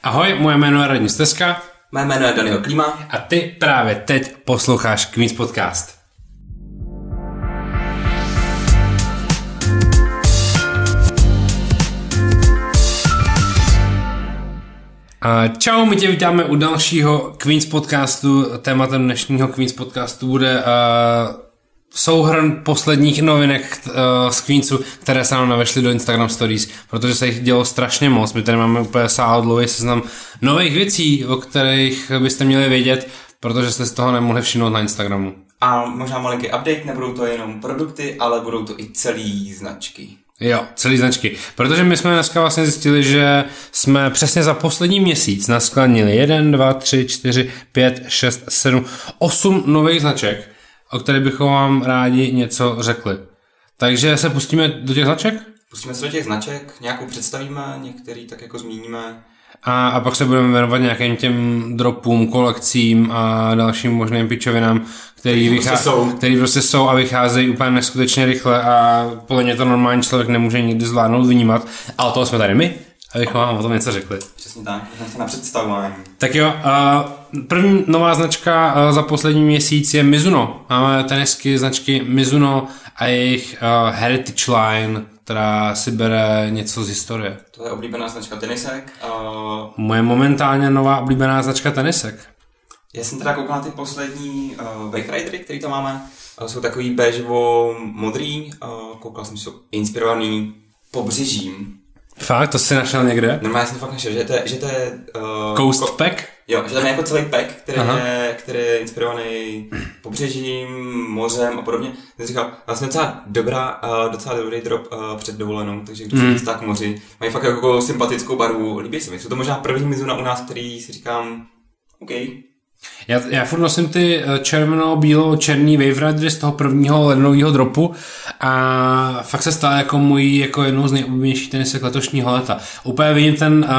Ahoj, moje jméno je Radim Steska. Moje jméno je Daniel Klíma. A ty právě teď posloucháš Queen's Podcast. Čau, my tě vítáme u dalšího Queen's Podcastu. Tématem dnešního Queen's Podcastu bude souhrn posledních novinek z Queensu, které se nám navešly do Instagram Stories, protože se jich dělo strašně moc. My tady máme úplně sáhodlový seznam nových věcí, o kterých byste měli vědět, protože jste z toho nemohli všimnout na Instagramu. A možná malinký update, nebudou to jenom produkty, ale budou to i celý značky. Jo, celý značky. Protože my jsme dneska vlastně zjistili, že jsme přesně za poslední měsíc naskladnili 1, 2, 3, 4, 5, 6, 7, 8 nových značek, o kterých bychom vám rádi něco řekli. Takže se pustíme do těch značek? Pustíme se do těch značek, nějakou představíme, některý tak jako zmíníme. A pak se budeme věnovat nějakým těm dropům, kolekcím a dalším možným pičovinám, který prostě jsou a vycházejí úplně neskutečně rychle a podle mě to normální člověk nemůže nikdy zvládnout vnímat. Ale toho jsme tady my, abychom vám o tom něco řekli. Přesně tak, na představování. Tak jo, první nová značka za poslední měsíc je Mizuno. Máme tenisky značky Mizuno a jejich Heritage Line, která si bere něco z historie. To je oblíbená značka tenisek. Moje momentálně nová oblíbená značka tenisek. Já jsem teda koukal na ty poslední Wave Ridery, který tam máme. Jsou takový béžovo modrý. Koukal jsem, že jsou inspirovaný pobřežím. Fakt? To jsi našel někde? Normálně jsem to fakt našel, že to je Coast Pack? Jo, že tam je jako celý pack, který je inspirovaný pobřežím, mořem a podobně. Jsem říkal, vlastně docela dobrý drop před dovolenou, takže když se chystá k moři, mají fakt jako sympatickou barvu, líbí se mi. Jsou to možná první Mizuno u nás, který si říkám, OK. Já furt nosím ty červeno-bílo-černý Wave Ridery z toho prvního lednového dropu a fakt se stala jako můj jako jednou z nejoblíbenějších tenisek letošního léta. Úplně vidím ten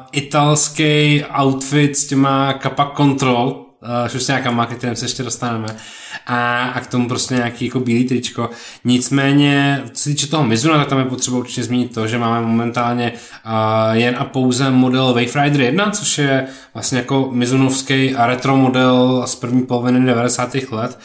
italský outfit s těma Kappa Control, šusťákama, ke kterým se ještě dostaneme a k tomu prostě nějaký jako bílý tričko. Nicméně, co se týče toho Mizuno, tak tam je potřeba určitě zmínit to, že máme momentálně jen a pouze model Wave Rider 1, což je vlastně jako mizunovský a retro model z první poloviny 90. let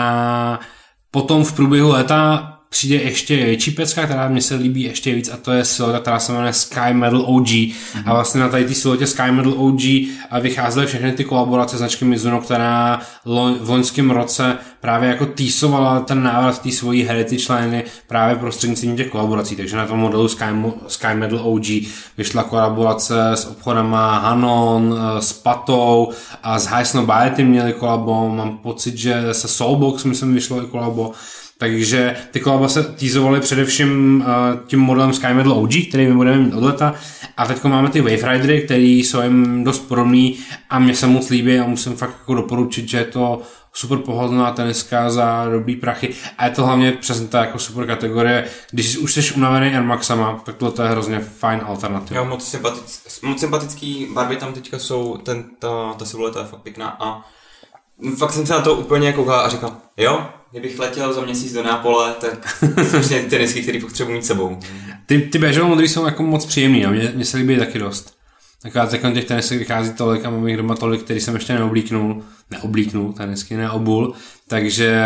a potom v průběhu léta přijde ještě větší pecka, která mi se líbí ještě víc a to je silheta, která se jmenuje Sky Medal OG a vlastně na tady té silhetě Sky Medal OG vycházely všechny ty kolaborace značky Mizuno, která v loňském roce právě jako teasovala ten návrat té svojí heritage liney právě prostřednictvím těch kolaborací, takže na tom modelu Sky Medal OG vyšla kolaborace s obchodama Hanon, s Patou a s High Snobiety měli kolabo, mám pocit, že se Soulbox myslím vyšlo i kolabo. Takže ty kolaba se teasovaly především tím modelem Sky Medal OG, který my budeme mít od leta. A teď máme ty Wave Ridery, který jsou jim dost podobný a mně se moc líbí a musím fakt jako doporučit, že je to super pohodlná teniska za dobrý prachy. A je to hlavně přesně ta jako super kategorie. Když už jsi unavený Air Maxama, tak tohle je hrozně fajn alternativa. Jo, moc sympatický barvy tam teďka jsou, ta silhueta je fakt pěkná a fakt jsem se na to úplně koukal a říkal, jo, kdybych letěl za měsíc do Neapole, tak jsou všechny ty tenisky, které potřebuji mít sebou. Ty béžové modrý jsou jako moc příjemný a mně se líbí taky dost. Akorát těch tenisek vychází tolik a mám jich doma tolik, který jsem ještě neoblíknul, tenisky neobul, takže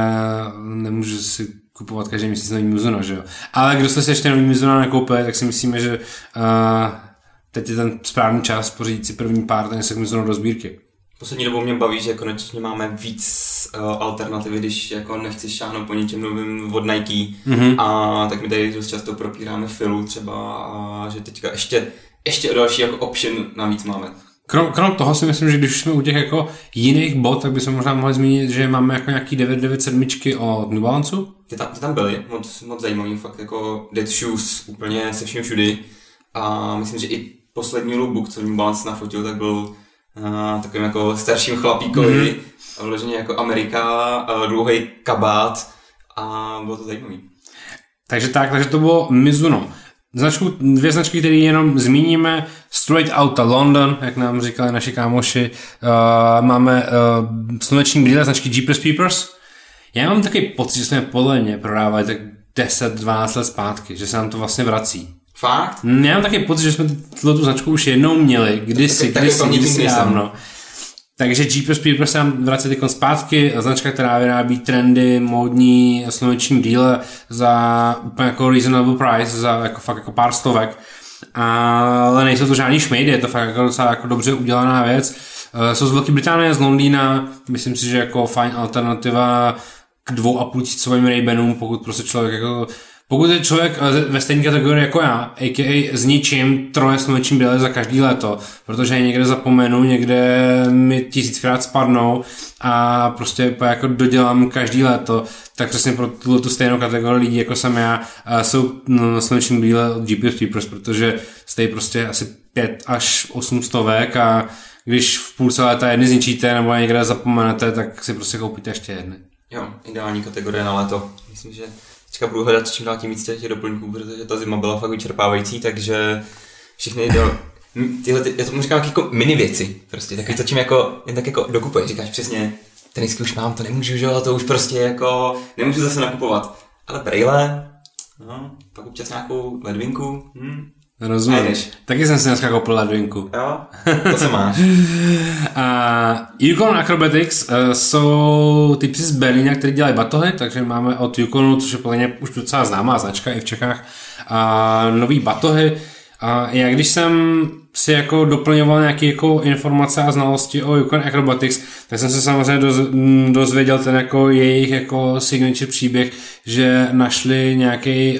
nemůžu si kupovat každý měsíc nový Mizuno, že jo. Ale kdo jste si ještě nový Mizuno nekoupil, tak si myslíme, že teď je ten správný čas pořídit si první pár tenisek Mizuno do sbírky. Poslední dobou mě baví, že konečně máme víc alternativy, když jako nechci šáhnout po něčem novým od Nike a tak my tady dost často propíráme Filu třeba a že teďka ještě další jako option navíc máme. Krom toho si myslím, že když jsme u těch jako jiných bot, tak bychom možná mohli zmínit, že máme jako nějaký 997 od New Balance. Ty tam byly, moc zajímavý, fakt jako dead shoes úplně se vším všudy a myslím, že i poslední lookbook, co New Balance nafotil, tak byl takovým jako starším chlapíkovi, vloženě jako Amerika, dlouhý kabát a bylo to zajímavý. Takže to bylo Mizuno. Dvě značky, které jenom zmíníme, Straight Outta London, jak nám říkali naši kámoši, máme sluneční brýle značky Jeepers Peepers. Já mám takový pocit, že jsme podle mě prodávali tak 10-12 let zpátky, že se nám to vlastně vrací. Fakt? Já mám taky pocit, že jsme tu značku už jednou měli, kdysi dávno. Takže Jeepers Creepers se nám vrací teď zpátky, značka, která vyrábí trendy, módní, sluneční díle za úplně jako reasonable price, za jako fakt jako pár stovek. Ale nejsou to žádný šmejdy, je to fakt jako docela jako dobře udělaná věc. Jsou z Velké Británie, z Londýna, myslím si, že jako fajn alternativa k 2,5 Ray-Banům, pokud je člověk ve stejné kategorii jako já, a.k.a. s ničím troje sluneční brýle za každý léto, protože je někde zapomenu, někde mi 1000krát spadnou a prostě jako dodělám každý léto, tak přesně pro tu stejnou kategorii lidí, jako jsem já, jsou sluneční brýle od Jeepers Creepers, protože stojí prostě asi 5 až 8 stovek a když v půlce léta jedny zničíte nebo někde zapomenete, tak si prostě koupíte ještě jedny. Jo, ideální kategorie na léto. Myslím, že teďka budu hledat čím dál tím víc těch doplňků, protože ta zima byla fakt vyčerpávající, takže všechny tyhle, já tomu říkám jako mini věci, prostě taky to čím jako, jen tak jako dokupuješ, říkáš přesně, tenisky už mám, to nemůžu, že jo, to už prostě jako, nemůžu zase nakupovat, ale brejle, no, pak občas nějakou ledvinku, Rozumím. Taky jsem si dneska koupil ledvinku. Jo, to se máš. Yukon Acrobatics jsou typy z Berlína, který dělají batohy, takže máme od Yukonu, což je podle mě už docela známá značka i v Čechách, nový batohy. Já když jsem si jako doplňoval nějaké jako informace a znalosti o Yukon Acrobatics, tak jsem se samozřejmě dozvěděl ten jako jejich jako signature příběh, že našli nějaký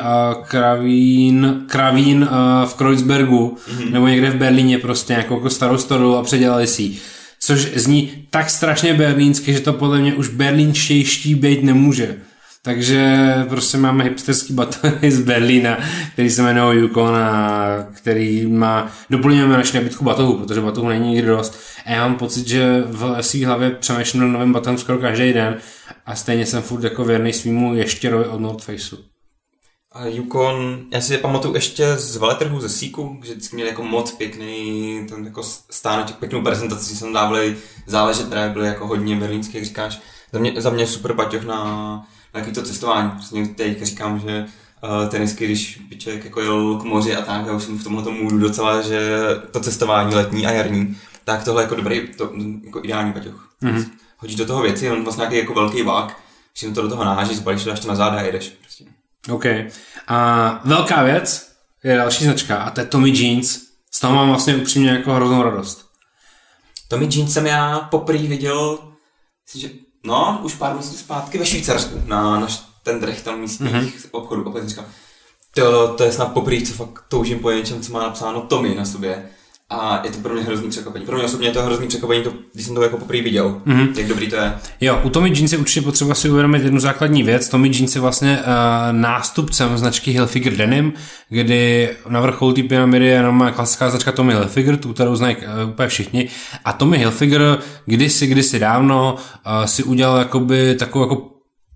kravín v Kreuzbergu, nebo někde v Berlíně prostě nějakou jako starou stodolu a předělali si ji. Což zní tak strašně berlínsky, že to podle mě už berlínštější být nemůže. Takže prostě máme hipsterský batony z Berlína, který se jmenuje Yukon a který doplňujeme naši nabídku batohů, protože batohů není nikdy dost. A já mám pocit, že v svý hlavě přemýšlím na novém batohu skoro každý den a stejně jsem furt jako věrný svýmu ještěrovi od North Faceu. A Yukon, já si je pamatuju ještě z veletrhu ze Síku, že vždycky měli jako moc pěkný, ten jako stánek, pěknou prezentaci, jsem dávali záležet, které byly jako hodně berlínské, jak říkáš. Za mě super baťoh na takový to cestování. Prostě teď říkám, že tenisky, když by člověk jako jel k moři a tak, já už jsem v tomhle můdu docela, že to cestování letní a jarní, tak tohle jako dobrý, jako ideální baťoh. Mm-hmm. Hodíš do toho věci, on vlastně nějaký jako velký vák, všechno to do toho nahážíš, zbalíš to až to na záda a jedeš. Prostě. OK. A velká věc je další značka a to je Tommy Jeans. Z toho mám vlastně upřímně jako hroznou radost. Tommy Jeans jsem já poprvé viděl, že už pár měsíců zpátky ve Švýcarsku, na ten trh tam místních obchodů. Opět říkám, to je snad poprvé, co fakt toužím po něčem, co má napsáno Tommy na sobě. A je to pro mě hrozný překvapení. Pro mě osobně je to hrozný překvapení, když jsem to jako poprvé viděl. Jak dobrý to je. Jo, u Tommy Jeans je určitě potřeba si uvědomit jednu základní věc. Tommy Jeans je vlastně nástupcem značky Hilfiger Denim, kdy na vrcholu té pyramidy je jenom klasická značka Tommy Hilfiger, tu kterou znají úplně všichni. A Tommy Hilfiger kdysi dávno si udělal jakoby takovou jako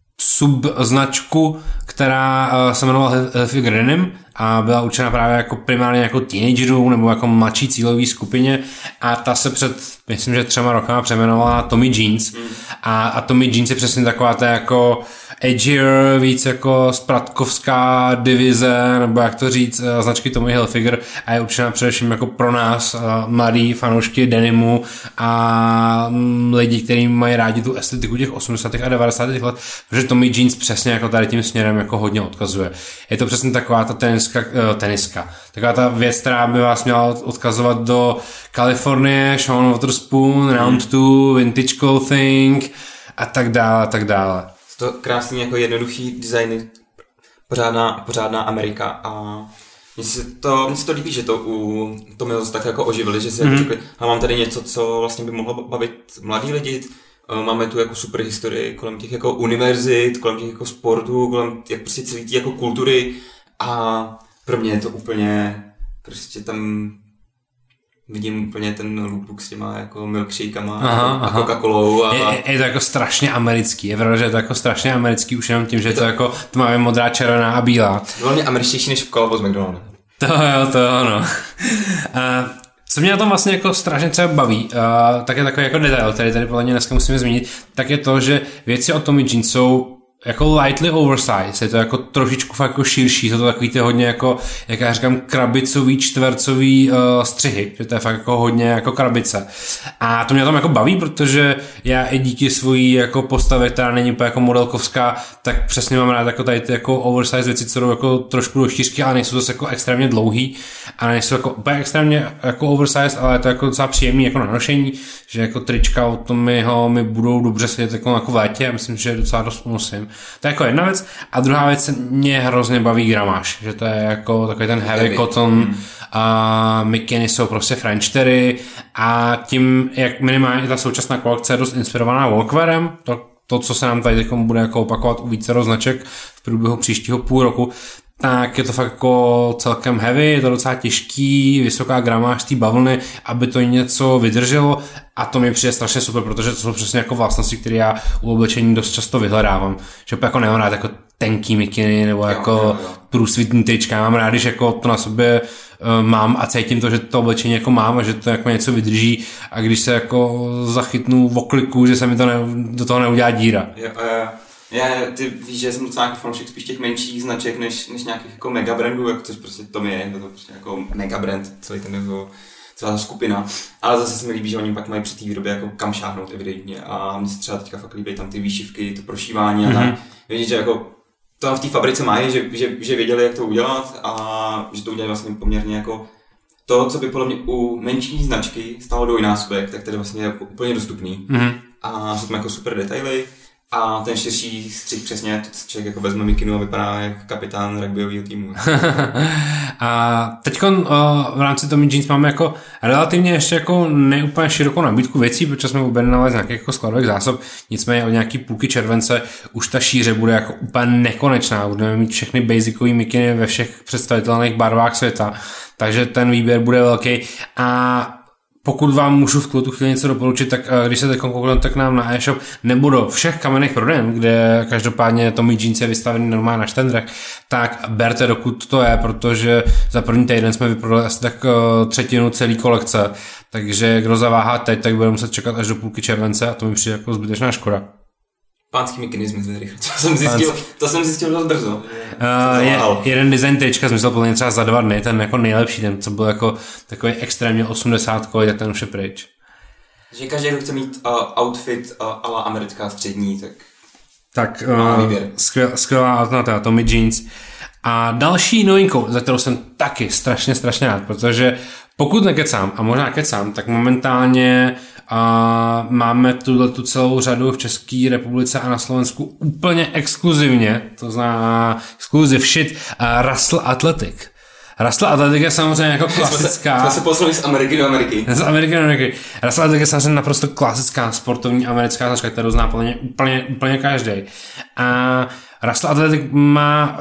subznačku, která se jmenovala Hilfiger Denim a byla určena právě jako primárně jako teenagerů nebo jako mladší cílové skupině a ta se myslím, že 3 rokama přejmenovala Tommy Jeans a Tommy Jeans je přesně taková ta jako edgier, víc jako spratkovská divize, nebo jak to říct, značky Tommy Hilfiger a je určena především jako pro nás mladý fanoušky denimu a lidi, kteří mají rádi tu estetiku těch 80. a 90. let, protože Tommy Jeans přesně jako tady tím směrem jako hodně odkazuje. Je to přesně taková ta teniska. Taková ta věc, která by vás měla odkazovat do Kalifornie, Sean Wotherspoon, Round 2, Vintage Clothing a tak dále. To krásný jako jednoduchý designy, pořádná Amerika a mně se to líbí, že to u Tommyho tak jako oživili, že si jako řekli, a mám tady něco, co vlastně by mohlo bavit mladý lidi, máme tu jako super historii kolem těch jako univerzit, kolem těch jako sportů, kolem jak prostě celý těch jako kultury a pro mě je to úplně prostě tam vidím úplně ten lookbook s těma jako milkshakeama a Coca-Colou. Je to jako strašně americký. Je pravda, že je to jako strašně americký už jenom tím, že je to jako tmavě modrá, červená a bílá. Velmi američtější než kolabo z McDonald's. To jo. Co mě na tom vlastně jako strašně třeba baví, tak je takový jako detail, který tady podle mě dneska musíme zmínit, tak je to, že věci o Tommy Jeans jsou jako lightly oversized, je to jako trošičku fakt jako širší, jsou to takový ty hodně jako, jak já říkám, krabicový, čtvercový střihy, že to je fakt jako hodně jako krabice. A to mě tam jako baví, protože já i díky svojí jako postavě, která není úplně jako modelkovská, tak přesně mám rád jako tady ty jako oversized věci, co jdou jako trošku do šířky, ale nejsou zase jako extrémně dlouhý a nejsou jako úplně extrémně jako oversized, ale je to jako docela příjemný jako na nošení, že jako trička od tom mi budou dobře sedět jako v létě a myslím, že docela dost unosím. To je jako jedna věc. A druhá věc, mě hrozně baví gramáž, že to je jako takový ten heavy cotton a mikiny jsou prostě French a tím, jak minimálně ta současná kolekce je dost inspirovaná walkwearem, to, co se nám tady bude jako opakovat u vícero značek v průběhu příštího půl roku, tak je to fakt jako celkem heavy, je to docela těžký, vysoká gramáž té bavlny, aby to něco vydrželo a to mi přijde strašně super, protože to jsou přesně jako vlastnosti, které já u oblečení dost často vyhledávám. Že jako nemám rád jako tenký mikiny nebo jako průsvitný trička, mám rád, když jako to na sobě mám a cítím to, že to oblečení jako mám a že to jako něco vydrží a když se jako zachytnu v okliku, že se mi to do toho neudělá díra. Ty víš, že jsem docela nějaký fanoušek spíš těch menších značek, než nějakých jako mega brandů, jako což prostě to je to prostě jako mega brand, celá ta skupina. Ale zase se mi líbí, že oni pak mají při té výrobě jako kam šáhnout evidentně a mně se třeba teďka fakt líbí tam ty výšivky, to prošívání a tak. Vidíš, že jako to v té fabrice mají, že věděli, jak to udělat a že to udělají vlastně poměrně jako to, co by podle mě u menší značky stálo dvojnásobek, tak to je vlastně úplně dostupný. A jsou tam jako super detaily. A ten širší střih přesně, to člověk jako vezme mikinu a vypadá jak kapitán rugbyového týmu. A teď v rámci Tommy Jeans máme jako relativně ještě jako neúplně širokou nabídku věcí, protože jsme objednali z nějakých jako skladových zásob, nicméně od nějaký půlky července už ta šíře bude jako úplně nekonečná, budeme mít všechny basicové mikiny ve všech představitelných barvách světa, takže ten výběr bude velký a pokud vám můžu v tu chvíli něco doporučit, tak když se teď kouknete tak nám na e-shop nebo do všech kamenných prodejen, kde každopádně Tommy Jeans je vystavený normálně na štendrech, tak berte, dokud to je, protože za první týden jsme vyprodali asi tak třetinu celé kolekce, takže kdo zaváhá teď, tak bude muset čekat až do půlky července a to mi přijde jako zbytečná škoda. Pánský mikiny zmizely rychle. To jsem zjistil dost brzo. Jeden design trička zmizel podle mě třeba za 2 dny, ten jako nejlepší, ten co byl jako takový extrémně 80kový, tak ten už je pryč. Že každý, kdo chce mít outfit ala americká střední, tak skvělá alternativa, Tommy Jeans. A další novinkou, za kterou jsem taky strašně rád, protože pokud nekecám, a možná kecám, tak momentálně máme tu celou řadu v České republice a na Slovensku úplně exkluzivně, to znamená exclusive shit, Russell Athletic. Russell Athletic je samozřejmě jako klasická... Jsme se poslali z Ameriky do Ameriky. Russell Athletic je samozřejmě naprosto klasická sportovní americká značka, kterou zná podle mě úplně každý. A Russell Athletic má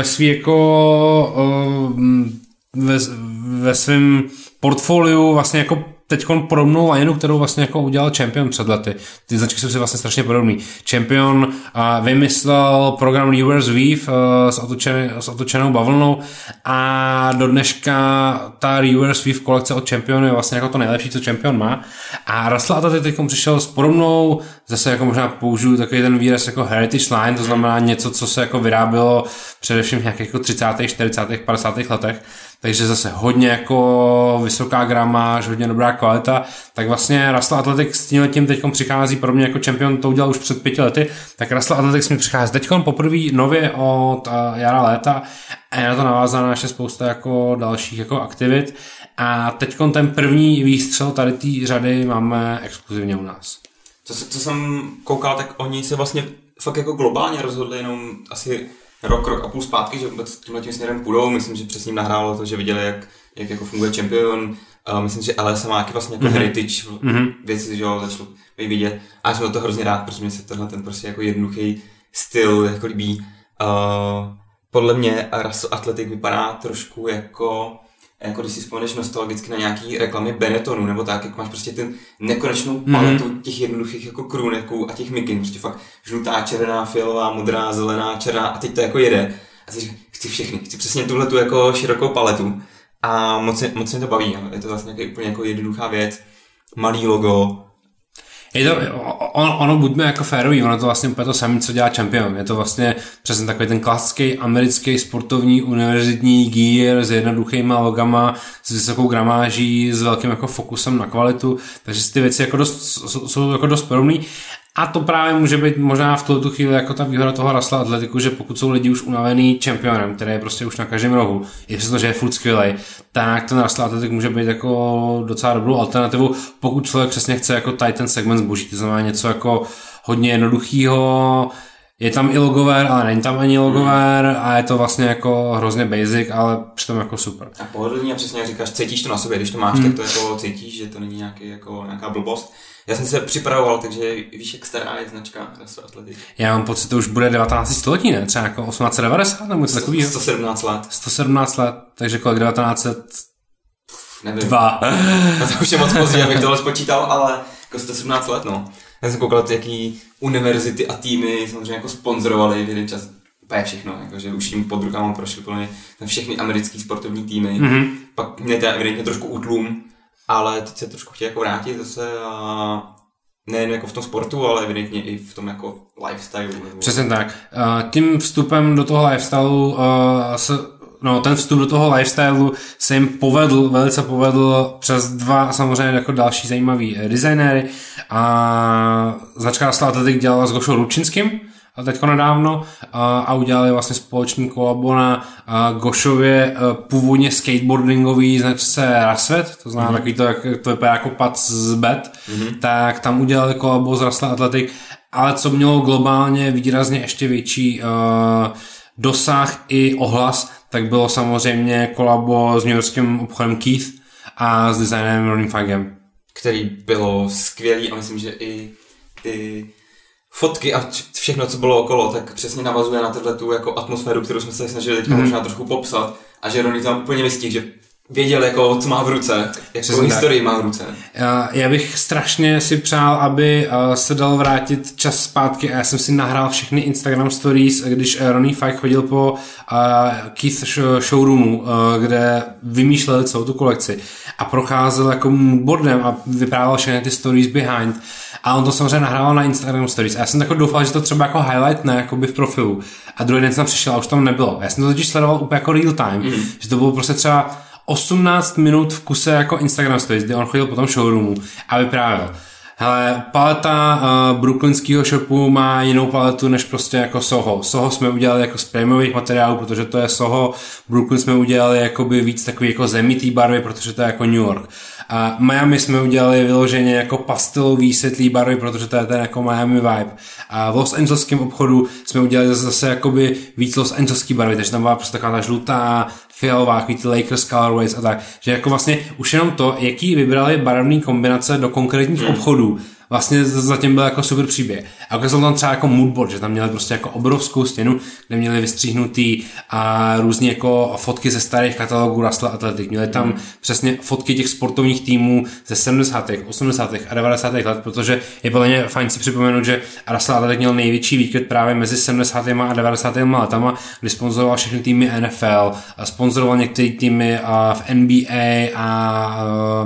ve svém portfoliu vlastně jako teďkon podobnou lineu, kterou vlastně jako udělal Champion před lety. Ty značky jsou si vlastně strašně podobný. Champion vymyslel program Reverse Weave s otočenou bavlnou a do dneška ta Reverse Weave kolekce od Championu je vlastně jako to nejlepší, co Champion má. A Russell Athletic teďkon přišel s podobnou, zase jako možná použiju takový ten výraz jako heritage line, to znamená něco, co se jako vyrábělo především v nějakých jako 30., 40., 50. letech. Takže zase hodně jako vysoká gramáž, hodně dobrá kvalita, tak vlastně Russell Athletic s tím teďkom přichází, pro mě jako Champion to udělal už před 5 lety, tak Russell Athletic mi přichází teďkom poprvé nově od jara léta a je na to navázána ještě spousta jako dalších jako aktivit a teďkom ten první výstřel tady té řady máme exkluzivně u nás. Co jsem koukal, tak oni se vlastně fakt jako globálně rozhodli jenom asi rok a půl zpátky, že vůbec tímhletím směrem půjdou. Myslím, že přesně jim nahrálo to, že viděli, jak jako funguje Champion. Myslím, že LS má vlastně jako heritage věci, že jo, začalo vidět. A já jsem to hrozně rád, protože mi se tenhle ten prostě jako jednoduchý styl jako líbí. Podle mě Russell Athletic vypadá trošku jako když si vzpomeneš nostalgicky na nějaký reklamy Benettonu, nebo tak, jak máš prostě ten nekonečnou paletu těch jednoduchých jako krůneků a těch mikin, prostě fakt žlutá, červená, fialová, modrá, zelená, černá a teď to jako jede. A teď chci všechny, chci přesně tuhletu jako širokou paletu a moc mě to baví, je to vlastně úplně jako jednoduchá věc, malý logo. Je to, ono buďme jako férový, ono to vlastně úplně to samé, co dělá Champion. Je to vlastně přesně takový ten klasický americký sportovní univerzitní gear s jednoduchýma logama, s vysokou gramáží, s velkým jako fokusem na kvalitu, takže ty věci jako jsou jako dost podobný. A to právě může být možná v tu chvíli jako ta výhoda toho Russella Atletiku, že pokud jsou lidi už unavený Championem, který je prostě už na každém rohu, i přesto, že je furt skvělej, tak ten Russell Atletik může být jako docela dobrou alternativu, pokud člověk přesně chce jako tady ten segment zboží, to znamená něco jako hodně jednoduchýho, je tam i logover, ale není tam ani logover a je to vlastně jako hrozně basic, ale přitom jako super. A pohodlný a přesně jak říkáš, cítíš to na sobě, když to máš, tak to jako cítíš, že to není nějaká blbost. Já jsem se připravoval, takže víš, jak stará je značka Russell Athletic. Já mám pocit, to už bude 19. století, ne? Třeba jako 1890 nebo něco takového. 117 let. 117 let, takže kolik 1900? Nevím. 2. A to už je moc pozdě, abych tohle spočítal, ale jako 117 let, no. Já jsem koukal, jaký univerzity a týmy samozřejmě jako sponzorovali v jeden čas úplně všechno, jakože už jim pod rukama prošli plně všechny americký sportovní týmy. Pak mě to evidentně trošku utlum, ale teď se trošku chtějí jako vrátit zase a nejen jako v tom sportu, ale evidentně i v tom jako lifestyle. Přesně tak. Tím vstupem do toho lifestyleu ten vstup do toho lifestyleu se jim velice povedl přes 2 samozřejmě jako další zajímavý designéry a značka Russell Athletic dělala s Gošou Rubčinským a teďko nedávno a udělali vlastně společný kolabo na Gošově původně skateboardingový značce Rasvet, to znamená takový to, jak to vypadá jako pad z bed, tak tam udělali kolabo s Russell Athletic, ale co mělo globálně výrazně ještě větší dosah i ohlas, tak bylo samozřejmě kolabo s newyorským obchodem Keith a s designerem Ronnie Figem. Který bylo skvělý a myslím, že i ty fotky a všechno, co bylo okolo, tak přesně navazuje na tu jako atmosféru, kterou jsme se snažili teďka možná trošku popsat a že Ronnie tam úplně vystihl, že věděl, jako, co má v ruce, jakou historii má v ruce. Já bych strašně si přál, aby se dal vrátit čas zpátky a já jsem si nahrál všechny Instagram stories, když Ronnie Fike chodil po Keith showroomu, kde vymýšlel celou tu kolekci a procházel jako moodboardem a vyprávěl všechny ty stories behind. A on to samozřejmě nahrával na Instagram stories. A já jsem tak doufal, že to třeba jako highlightne jakoby v profilu. A druhý den jsem přišel a už tam nebylo. Já jsem to totiž sledoval úplně jako real time. Že to bylo prostě třeba 18 minut v kuse jako Instagram stories, kdy on chodil po tom showroomu a vyprávěl. Hele, paleta brooklynského shopu má jinou paletu než prostě jako Soho. Soho jsme udělali jako z prémiových materiálů, protože to je Soho. Brooklyn jsme udělali jakoby víc takový jako zemitý barvy, protože to je jako New York. A Miami jsme udělali vyloženě jako pastelový světlý barvy, protože to je ten jako Miami vibe. A v Los Angeleském obchodu jsme udělali zase jakoby víc Los Angeleský barvy, takže tam byla prostě taková ta žlutá, fialová, takový ty Lakers colorways a tak. Že jako vlastně už jenom to, jaký vybrali barevné kombinace do konkrétních obchodů, vlastně zatím byl jako super příběh. A ukázal tam třeba jako moodboard, že tam měli prostě jako obrovskou stěnu, kde měli vystříhnutý a různý jako fotky ze starých katalogů Russell Athletic. Měli tam přesně fotky těch sportovních týmů ze 70., 80. a 90. let, protože je podle mě fajn si připomenout, že Russell Athletic měl největší výkyt právě mezi 70. a 90. letama, kdy sponzoroval všechny týmy NFL, sponzoroval některé týmy v NBA a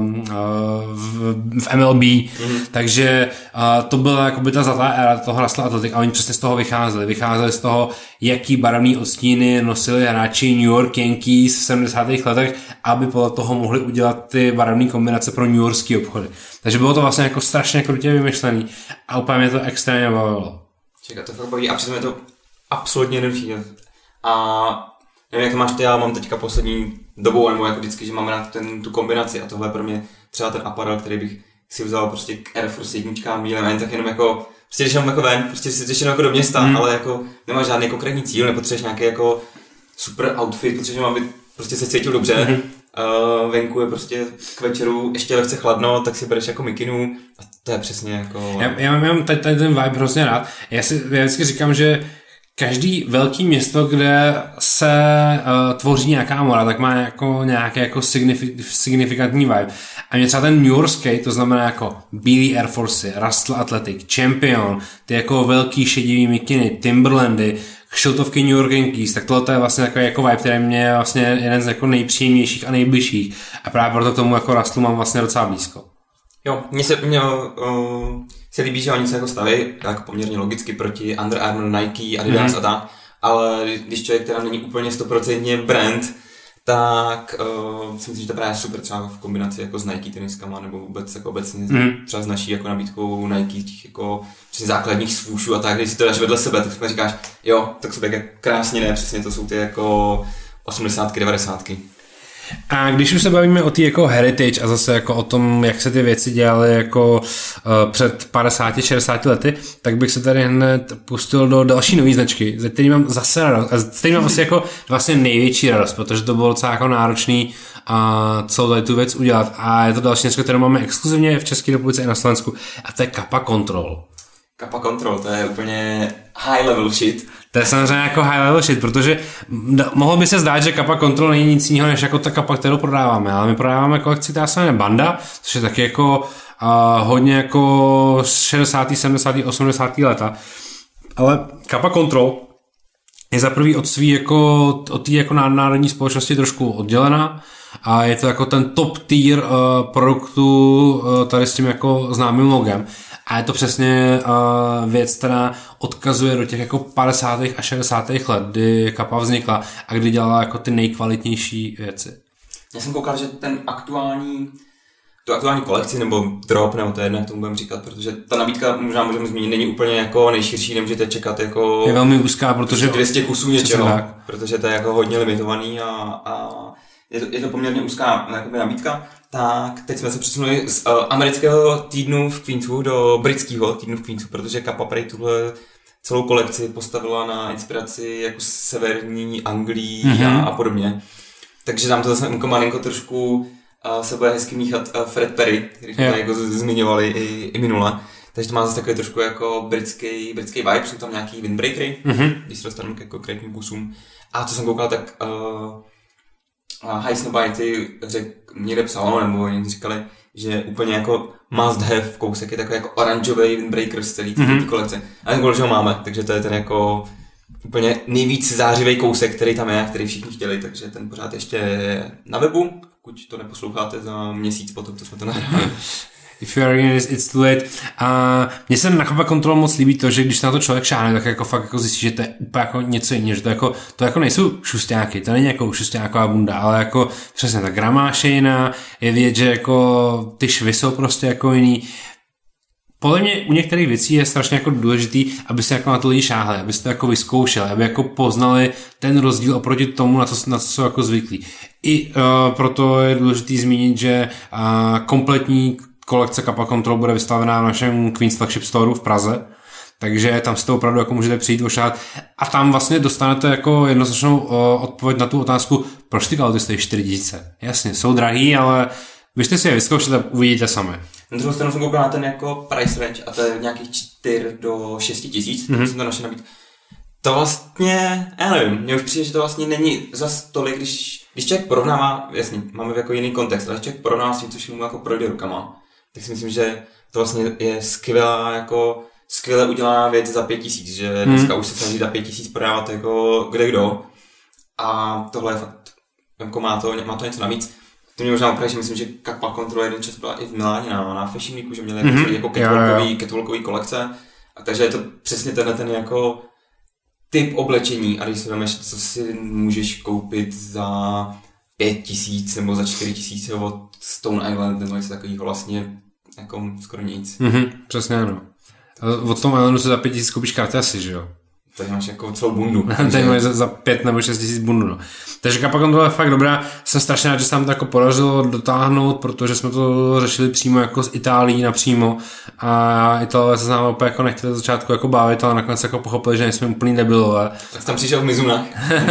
v MLB, takže to byla jakoby ta zlatá éra toho Russell Athletic a oni přesně z toho vycházeli z toho, jaký barevný odstíny nosili hráči New York Yankees v 70. letech, aby podle toho mohli udělat ty barevné kombinace pro newyorský obchody. Takže bylo to vlastně jako strašně krutě vymyšlený a úplně mě to extrémně bavilo. Čekat, to fakt baví a přitom je to absolutně jednoduchý. A nevím, jak to máš ty, já mám teďka poslední dobou, nebo jako vždycky, že mám rád tu kombinaci a tohle je pro mě třeba ten aparel, který bych si vzal prostě k Air Force jedničkám bílem, a jen tak jenom jako, prostě když jako ven, prostě si jdeš jako do města, ale jako nemáš žádný konkrétní cíl, nepotřebuješ nějaký jako super outfit, potřebuješ, aby prostě se cítil dobře, venku je prostě k večeru ještě lehce chladno, tak si bereš jako mikinu a to je přesně jako... Já mám tady ten vibe hrozně rád, já vždycky říkám, že každý velký město, kde se tvoří nějaká mora, tak má jako nějaký jako signifikantní vibe. A mě třeba ten New Yorkský, to znamená jako bílý Air Force, Russell Athletic, Champion, ty jako velký šedivý mikiny, Timberlandy, kšiltovky New York Yankees, tak tohle je vlastně takový jako vibe, který mě je vlastně jeden z jako nejpříjemnějších a nejbližších. A právě proto k tomu jako Russellu mám vlastně docela blízko. Jo, mně se líbí, že oni se jako staví jako poměrně logicky proti Under Armour, Nike, Adidas a tak, ale když člověk teda není úplně 100% brand, tak si myslím, že to právě super třeba v kombinaci jako s Nike teniskama nebo vůbec jako obecně třeba s naší jako nabídkou Nike těch jako základních swooshů a tak, když si to dáš vedle sebe, tak říkáš, jo, tak sobě jak krásně ne, přesně to jsou ty jako 80, 90. A když už se bavíme o té jako heritage a zase jako o tom, jak se ty věci dělaly jako před 50-60 lety, tak bych se tady hned pustil do další nový značky, ze který mám zase radost. A z který mám asi jako vlastně největší radost, protože to bylo docela jako náročný a celou tady tu věc udělat. A je to další značka, kterou máme exkluzivně v České republice i na Slovensku. A to je Kappa Control. Kappa Control, to je úplně high level shit. To je samozřejmě jako high level shit, protože mohlo by se zdát, že Kappa Control není nic jiného, než jako ta kapa, kterou prodáváme, ale my prodáváme kolekci, která se jmenuje Banda, což je taky jako hodně jako 60., 70., 80. leta. Ale Kappa Control je za prvý od té jako národní společnosti trošku oddělená a je to jako ten top tier produktu tady s tím jako známým logem. A je to přesně věc, která odkazuje do těch jako 50. a 60. let, kdy Kappa vznikla a kdy dělala jako ty nejkvalitnější věci. Já jsem koukal, že tu aktuální kolekci nebo drop, nebo to je jedno, jak tomu budeme říkat, protože ta nabídka možná můžeme zmínit, není úplně jako nejširší, nemůžete čekat jako... Je velmi úzká, protože... 200 kusů něčeho, protože to je jako hodně limitovaný a je to poměrně úzká nabídka. Tak teď jsme se přesunuli z amerického týdnu v Queensu do britského týdnu v Queensu, protože Kappa Prey tuhle celou kolekci postavila na inspiraci jako severní Anglii a podobně. Takže tam to zase malinko trošku se bude hezky míchat Fred Perry, který jsme jako zmiňovali i minule. Takže to má zase takový trošku jako britský vibe, jsou tam nějaký windbreakery, když se dostaneme k konkrétním kusům. A co jsem koukal, tak High Snobiety někde psalo, nebo někdy říkali, že úplně jako must have kousek je takový jako oranžový windbreaker z celé té kolekce. A ten že ho máme, takže to je ten jako úplně nejvíc zářivý kousek, který tam je, který všichni chtěli, takže ten pořád ještě je na webu, pokud to neposloucháte za měsíc potom, to jsme to nahrali. If you are in it, it's too late. A mně se na Kappa Control moc líbí to, že když se na to člověk šáhne, tak jako fakt jako zjistí, že to je úplně jako něco jiného, že to jako nejsou šustáky, to není jako šustáková bunda, ale jako přesně ta gramáž je jiná, je vidět, že jako ty švy jsou prostě jako jiný. Podle mě u některých věcí je strašně jako důležitý, aby se jako na to lidi šáhli, aby se to jako vyzkoušeli, aby jako poznali ten rozdíl oproti tomu, na co jsou jako zvyklí. I proto je důležitý zmínit, že kompletní kolekce Kappa Control bude vystavená v našem Queen's Flagship Storeu v Praze, takže tam si to opravdu jako můžete přijít ošát a tam vlastně dostanete jako jednoznačnou odpověď na tu otázku, proč ty kalhoty stojí 4 000. Jasně, jsou drahý, ale běžte si je vyzkoušet a uvidíte sami. Na druhou stranu jsem koukal na ten jako price range a to je nějakých 4 do 6 tisíc, tak jsem to našel nabít. To vlastně, já nevím, mně už přijde, že to vlastně není zas tolik, když člověk porovnává, jasně, máme jako jiný kontext, ale když člověk porovnává s tím, co všechno jako projde rukama, tak si myslím, že to vlastně je skvěle udělaná věc za 5 000, že dneska už se snaží za 5 000 prodávat jako kdo. A tohle je fakt, jako má to něco navíc. To mě možná opravdu, že myslím, že Kappa Control jeden čas byla i v Miláně na Fashion Weeku, že měli jako catwalkový kolekce. A takže je to přesně ten jako typ oblečení. A když si vemeš, co si můžeš koupit za 5 000 nebo za 4 000 od Stone Island nebo něco takového vlastně jako skoro nic. Přesně ano. Od Stone Islandu se za 5 000 koupíš karty asi, že jo? Tady máš jako celou bundu. Tady máš za 5 nebo 6 000 bundu, no. Takže Kappa Control je fakt dobrá. Jsem strašně rád, že se nám to jako podařilo dotáhnout, protože jsme to řešili přímo jako z Itálií napřímo a Italové se s námi opět jako nechtěli začátku jako bavit, ale nakonec jako pochopili, že nejsme úplný debilové. Tak tam přišel Mizuna.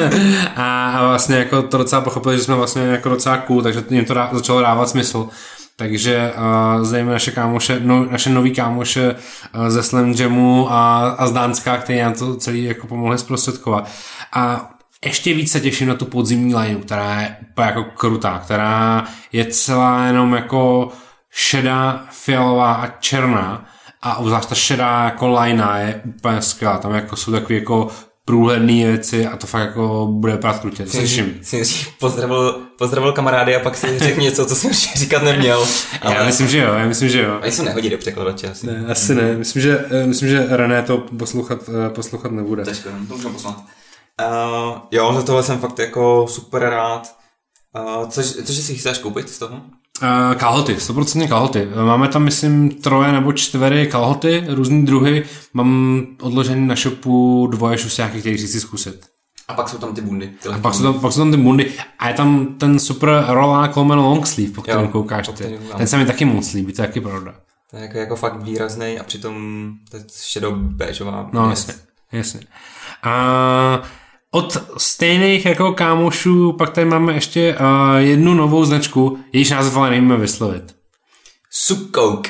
a vlastně jako to docela pochopili, že jsme vlastně jako docela cool, takže jim to začalo dávat smysl. Takže zejména naše nový kámoše ze Slam Jamu a z Dánska, který nám to celý jako pomohli zprostředkovat. A ještě víc se těším na tu podzimní lineu, která je úplně jako krutá, která je celá jenom jako šedá, fialová a černá a obzvlášť ta šedá jako linea je úplně skvělá. Tam jako jsou takový jako průhledné věci a to fakt jako bude vypadat krutě. Jsem pozdravil pozdravil kamarády a pak si řekl něco, co jsem říkat neměl. Ale... Já myslím, že jo. A se nehodí do překladače asi. Ne, asi ne. Myslím, že René to poslouchat nebude. Těžko, to můžeme poslat. Jo, za tohle jsem fakt jako super rád. Cože si chystáš koupit z toho? Kalhoty, 100% kalhoty. Máme tam, myslím, 3 nebo 4 kalhoty, různý druhy. Mám odložený na shopu 2 šusiáky, který chci zkusit. A pak jsou tam ty bundy. Pak jsou tam ty bundy. A je tam ten super rollák lomeno long sleeve, po kterém koukáš ty. Ten se mi taky moc líbí, to je taky pravda. To je jako fakt výrazný a přitom to je šedou béžová. No jasně. A od stejných jako kámošů pak tady máme ještě jednu novou značku, jejíž název ale nevíme vyslovit. Sukkouk,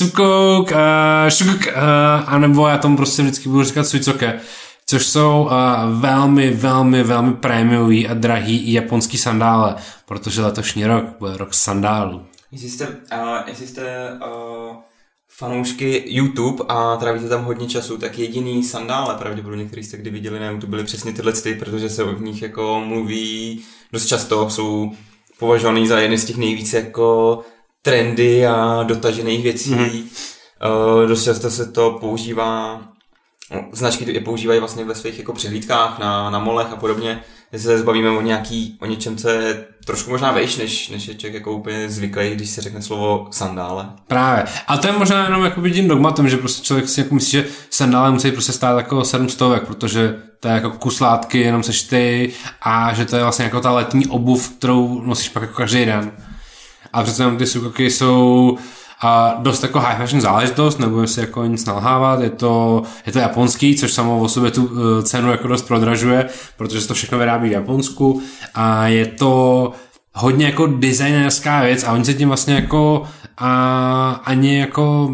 anebo já tomu prostě vždycky budu říkat suicoke, což jsou velmi prémiový a drahý japonský sandále, protože letošní rok byl rok sandálů. Jestli jste fanoušky YouTube a trávíte tam hodně času, tak jediný sandále, pravděpodobně, který jste kdy viděli na YouTube, byly přesně tyhle, protože se o nich jako mluví dost často, jsou považovaný za jedny z těch nejvíce jako trendy a dotažených věcí. Dost často se to používá, značky je používají vlastně ve svých jako přehlídkách na molech a podobně. Jestli se zbavíme o něčem, co je trošku možná vejš, než je člověk jako úplně zvyklý, když se řekne slovo sandále. Právě. A to je možná jenom jako tím dogmatem, že prostě člověk si jako myslí, že sandále musí prostě stát jako 700, protože to je jako kus látky, jenom seš ty a že to je vlastně jako ta letní obuv, kterou nosíš pak jako každý den. A přece jenom ty sukoky jsou a dost jako high fashion záležitost, nebudeme si jako nic nalhávat, je to japonský, což samo o sobě tu cenu jako dost prodražuje, protože se to všechno vyrábí v Japonsku a je to hodně jako designerská věc a oni se tím vlastně jako ani jako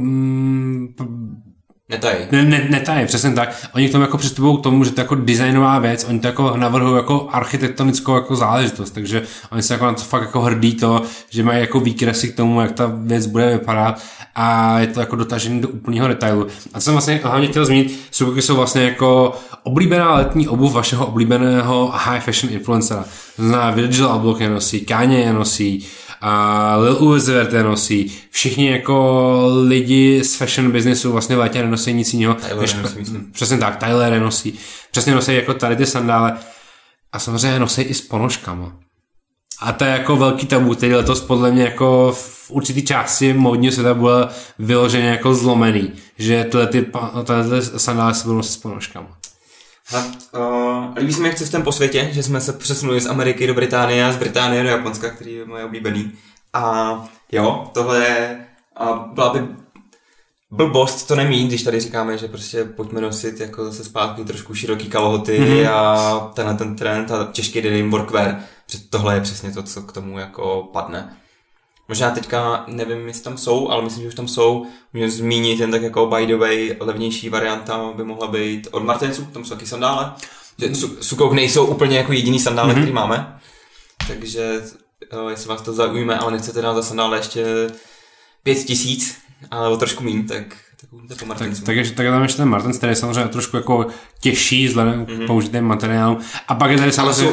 netají, přesně tak. Oni k tomu jako přistupují k tomu, že to je jako designová věc, oni to jako navrhují jako architektonickou jako záležitost, takže oni se jako na to fakt jako hrdí to, že mají jako výkresy k tomu, jak ta věc bude vypadat a je to jako dotažený do úplného detailu. A co jsem vlastně hlavně chtěl zmínit, sukoky jsou vlastně jako oblíbená letní obuv vašeho oblíbeného high fashion influencera. To znamená, Virgil Abloh je nosí, Kanye je nosí, a Lil Uzi Vert je nosí. Všichni jako lidi z fashion businessu vlastně v létě nenosí nic jiného. Přesně tak, Tyler je nosí. Přesně nosí jako tady ty sandále. A samozřejmě nosí i s ponožkama. A to je jako velký tabu, který letos podle mě jako v určitý části módního světa bude vyloženě jako zlomený. Že tyhle sandále se budou nosit s ponožkama. Líbí se mi, jak cestem po světě, že jsme se přesunuli z Ameriky do Británie a z Británie do Japonska, který je moje oblíbený. A jo, tohle je, byla by blbost to nemít, když tady říkáme, že prostě pojďme nosit jako zase zpátky trošku široký kalhoty a ten trend a těžký denim workwear. Tohle je přesně to, co k tomu jako padne. Možná teďka nevím, jestli tam jsou, ale myslím, že už tam jsou. Můžu zmínit jen tak jako by the way, levnější varianta by mohla být od Martensů, tam jsou taky sandále. Sukkouk nejsou úplně jako jediný sandále, který máme. Takže jestli vás to zaujme, ale nechcete dát za sandále ještě 5000, ale o trošku míň, tak po Martensů. Takže tam ještě ten Martens, který je samozřejmě trošku jako těžší vzhledem k použitým materiálům. A pak je tady samozřejmě...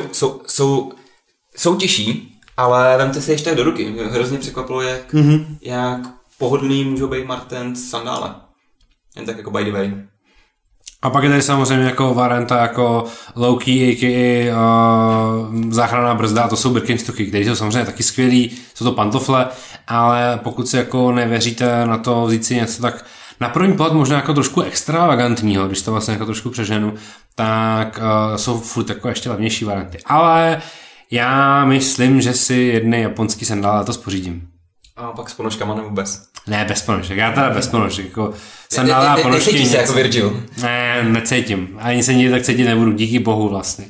Jsou těžší, ale vemte si ještě do ruky. Mě hrozně překvapilo, jak pohodlný můžou být Martens sandále. Jen tak jako by the way. A pak je tady samozřejmě jako varianta jako low-key, a.k.a. záchranná brzda, a to jsou Birkenstocky, které jsou samozřejmě taky skvělý, jsou to pantofle, ale pokud si jako nevěříte na to vzít si něco tak na první pohled možná jako trošku extravagantního, když to vlastně jako trošku přeženu, tak jsou furt jako ještě levnější varianty. Ale já myslím, že si jedny japonský sandále to spořídím. A pak s ponožkama nebo bez? Ne, bez ponožek. Já teda bez ponožek. Jako sandále a ponožky. Necítíš se jako Virgil? Ne, necítím. Ani se nikdy tak cítit nebudu. Díky bohu vlastně.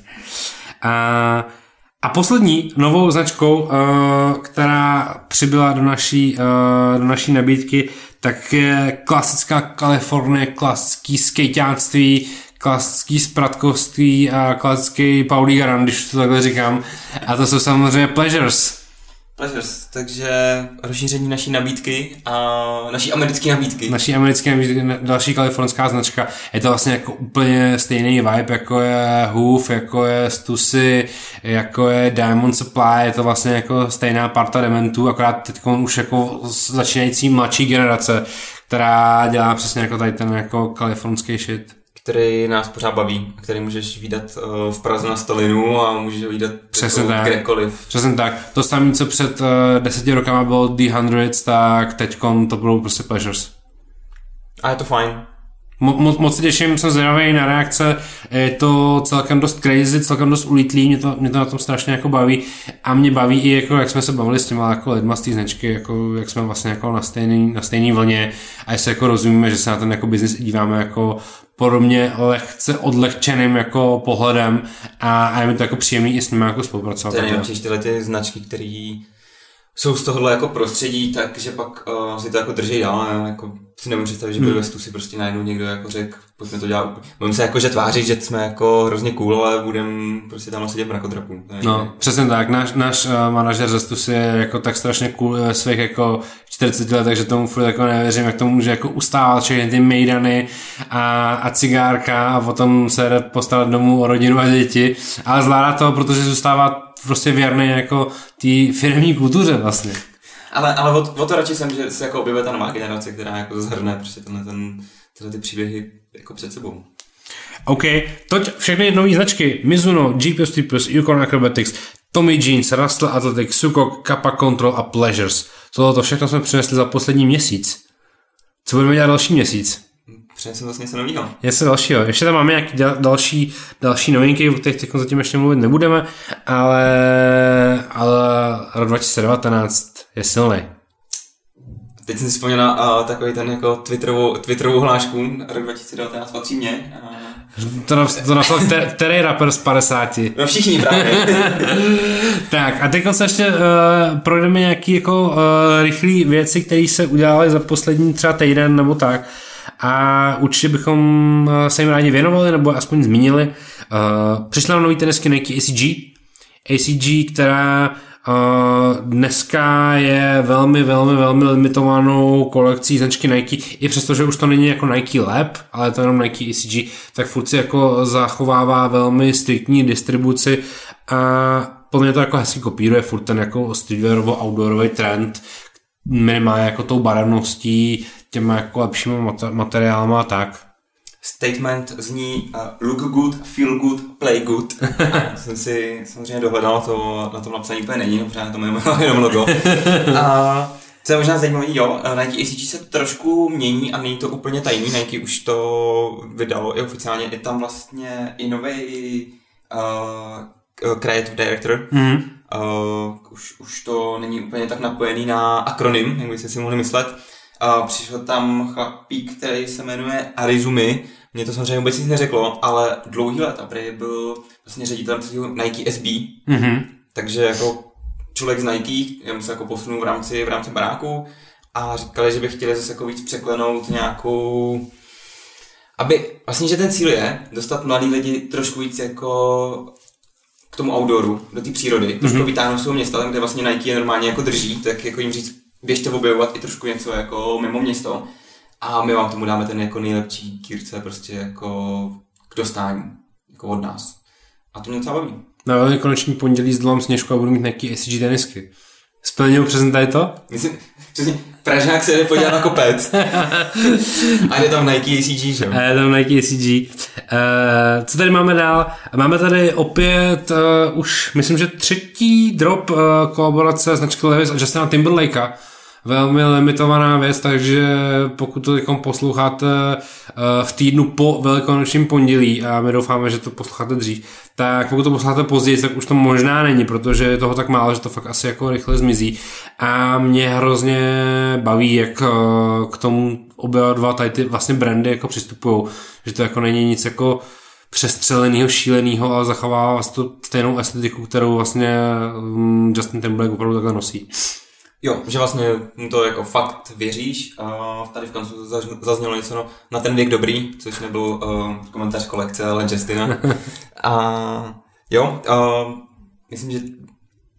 A poslední novou značkou, která přibyla do naší nabídky, tak je klasická Kalifornie, klasický skejťáctví, klasický spratkovství a klasický Paulí Garan, když to takhle říkám. A to jsou samozřejmě Pleasures. Pleasures, takže rozšíření naší nabídky a naší americké nabídky. Naší americké nabídky, další kalifornská značka. Je to vlastně jako úplně stejný vibe, jako je Hoof, jako je Stussy, jako je Diamond Supply, je to vlastně jako stejná parta dementů, akorát teď už jako začínající mladší generace, která dělá přesně jako tady ten jako kalifornský shit. Který nás pořád baví, který můžeš vidět v Praze na Stalinu a můžeš ho vidět kdekoliv. Přesně tak. To samé, co před 10 rokama bylo The Hundreds, tak teďkon to budou prostě Pleasures. A je to fajn. Moc se těším, jsem zvědavý na reakce, je to celkem dost crazy, celkem dost ulítlý, mě to na tom strašně jako baví a mě baví i jako, jak jsme se bavili s těma jako lidma z té značky, jako, jak jsme vlastně jako na stejný vlně a jestli jako rozumíme, že se na ten jako business díváme jako podobně lehce odlehčeným jako pohledem a je mi to jako příjemný i s nimi jako spolupracovat. To je nejlepší, tyhle ty značky, které jsou z tohohle jako prostředí, takže pak si to jako drží dál, jako si nemůžu představit, že ve Stussy prostě najednou někdo jako řekl, pojďme to dělat úplně. Budeme se jako že tvářit, že jsme jako hrozně cool, ale budeme prostě tam sedět mrakodrapů. No, přesně tak, náš manažer ze Stussy je jako tak strašně cool ve svých jako 40 let, takže tomu furt jako nevěřím, jak to může jako ustávat všechny ty mejdany a cigárka a potom se jde postarat domů o rodinu a děti, ale zvládá to, protože zůstává prostě věrný jako té firemní kultuře vlastně. Ale o to radši jsem, že se jako objevuje ta nová generace, která jako zhrne prostě tyhle ty příběhy jako před sebou. OK, toť všechny nové značky Mizuno, GPS Typus, Yukon Acrobatics, Tommy Jeans, Russell Athletics, Sukok, Kappa Control a Pleasures. Tohle všechno jsme přinesli za poslední měsíc. Co budeme dělat další měsíc? Přinesem zase něco nového. Něco dalšího. Ještě tam máme nějaké další novinky, o kterých teď zatím ještě mluvit nebudeme, ale rok 2019 je silný. Teď jsem si vzpomněl na takový ten jako Twitterovou hlášku, rok 2019 patří mě. To napsal který rapper z 50? No všichni právě. Tak a teď se ještě projdeme nějaký jako rychlý věci, které se udělaly za poslední třeba týden nebo tak. A určitě bychom se jim rádi věnovali nebo aspoň zmínili. Přišla nám nový tenisky Nike ACG, která dneska je velmi, velmi, velmi limitovanou kolekcí značky Nike, i přestože už to není jako Nike Lab, ale to je jenom Nike ACG, tak furt si jako zachovává velmi striktní distribuci a podle mě to jako hezky kopíruje furt ten jako streetwearovo-outdoorový trend, minimálně jako tou barevností, těma jako lepšíma materiálama a tak. Statement zní look good, feel good, play good. Jsem si samozřejmě dohledal, to na tom napsaní úplně není, protože na tom je jenom logo. A co je možná zajímavé, jo, Nike ACG se trošku mění a není to úplně tajný, Nike už to vydalo i oficiálně, je tam vlastně i nový creative director. Už to není úplně tak napojený na akronym, jak byste si mohli myslet. Přišel tam chlapík, který se jmenuje Arizumi. Mě to samozřejmě vůbec nic neřeklo, ale dlouhý let a byl vlastně ředitelem Nike SB. Takže jako člověk z Nike, jemu se jako posunul v rámci baráku a říkali, že by chtěli zase jako víc překlenout nějakou... Aby vlastně, že ten cíl je dostat mladý lidi trošku víc jako k tomu outdooru, do té přírody, trošku vytáhnout svého města, tam kde vlastně Nike je normálně jako drží, tak jako jim říct, běžte objevovat i trošku něco jako mimo město a my vám tomu dáme ten jako nejlepší kýrce prostě jako k dostání, jako od nás. A to mě docela baví. Na velikonoční pondělí zdolám Sněžku a budu mít Nike ACG tenisky. Splnil přesně tady to? Myslím, přesně, Pražák se jde podívat na kopec. A je tam Nike ACG, že? Je tam Nike ACG. Co tady máme dál? Máme tady opět už, myslím, že třetí drop kolaborace značky Levi's a Justina Timberlakea. Velmi limitovaná věc, takže pokud to teď posloucháte v týdnu po velikonočním pondělí a my doufáme, že to posloucháte dřív, tak pokud to posloucháte později, tak už to možná není, protože je toho tak málo, že to fakt asi jako rychle zmizí a mě hrozně baví, jak k tomu obě dva tady ty vlastně brandy jako přistupujou, že to jako není nic jako přestřelenýho, šílenýho, ale zachovává vlastně tu stejnou estetiku, kterou vlastně Justin Timberlake opravdu takhle nosí. Jo, že vlastně mu to jako fakt věříš. Tady v koncu zaznělo něco na ten věk dobrý, což nebyl komentář kolekce, ale Justina. A jo, myslím, že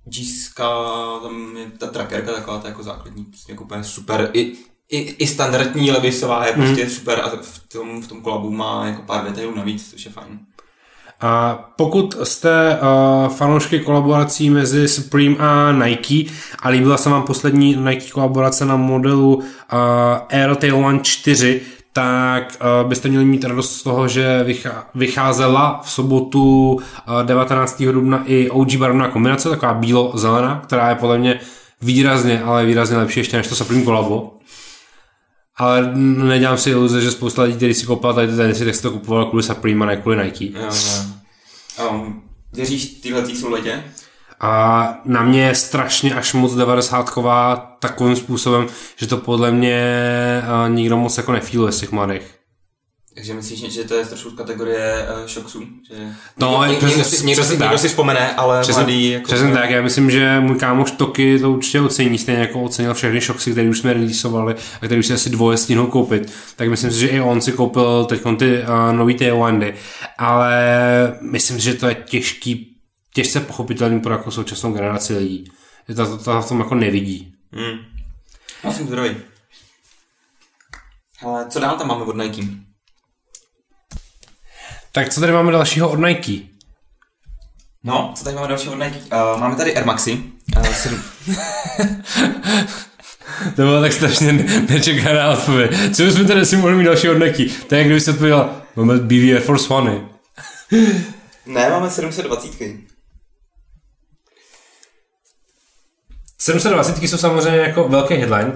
G-ska, tam je ta trackerka taková, ta jako základní, prostě jako úplně super, i standardní levisová je prostě super a v tom kolabu má jako pár detailů navíc, což je fajn. A pokud jste fanoušky kolaborací mezi Supreme a Nike a líbila se vám poslední Nike kolaborace na modelu Aero Tailwind 4, tak byste měli mít radost z toho, že vycházela v sobotu 19. dubna i OG barevná kombinace, taková bílo-zelená, která je podle mě výrazně lepší ještě než to Supreme kolabo. Ale nedělám si iluze, že spousta lidí, kteří si koupil tady ty tenisy, tak si to kupoval kvůli Supreme a ne kvůli Nike. Jo. Věříš tyhletý souletě? A na mě je strašně až moc 90ková takovým způsobem, že to podle mě nikdo moc jako nefíluje z těch mladých. Takže myslíš, že to je trošku z kategorie shocksů? Že No, někdo si vzpomene, ale mladý... Jako přesně tak, já myslím, že můj kámoš Toky to určitě ocení, stejně jako ocenil všechny shocksy, které už jsme releaseovali a které už si asi dvoje stihnul koupit. Tak myslím si, že i on si koupil teď ty nový Tailwindy, ale myslím si, že to je těžce pochopitelný pro jako současnou generaci lidí. Že to v tom jako nevidí. Já jsem zdravý. Ale co dál tam máme od Nike? Tak co tady máme dalšího od Nike? No, co tady máme dalšího od Nike? Máme tady Air Maxi. To bylo tak strašně nečekaná odpověď. Co bychom tady si mohli mít dalšího od Nike? To je, kdyby se odpověděla, máme BB Air Force One. Ne, máme 720. 720 jsou samozřejmě jako velký headline.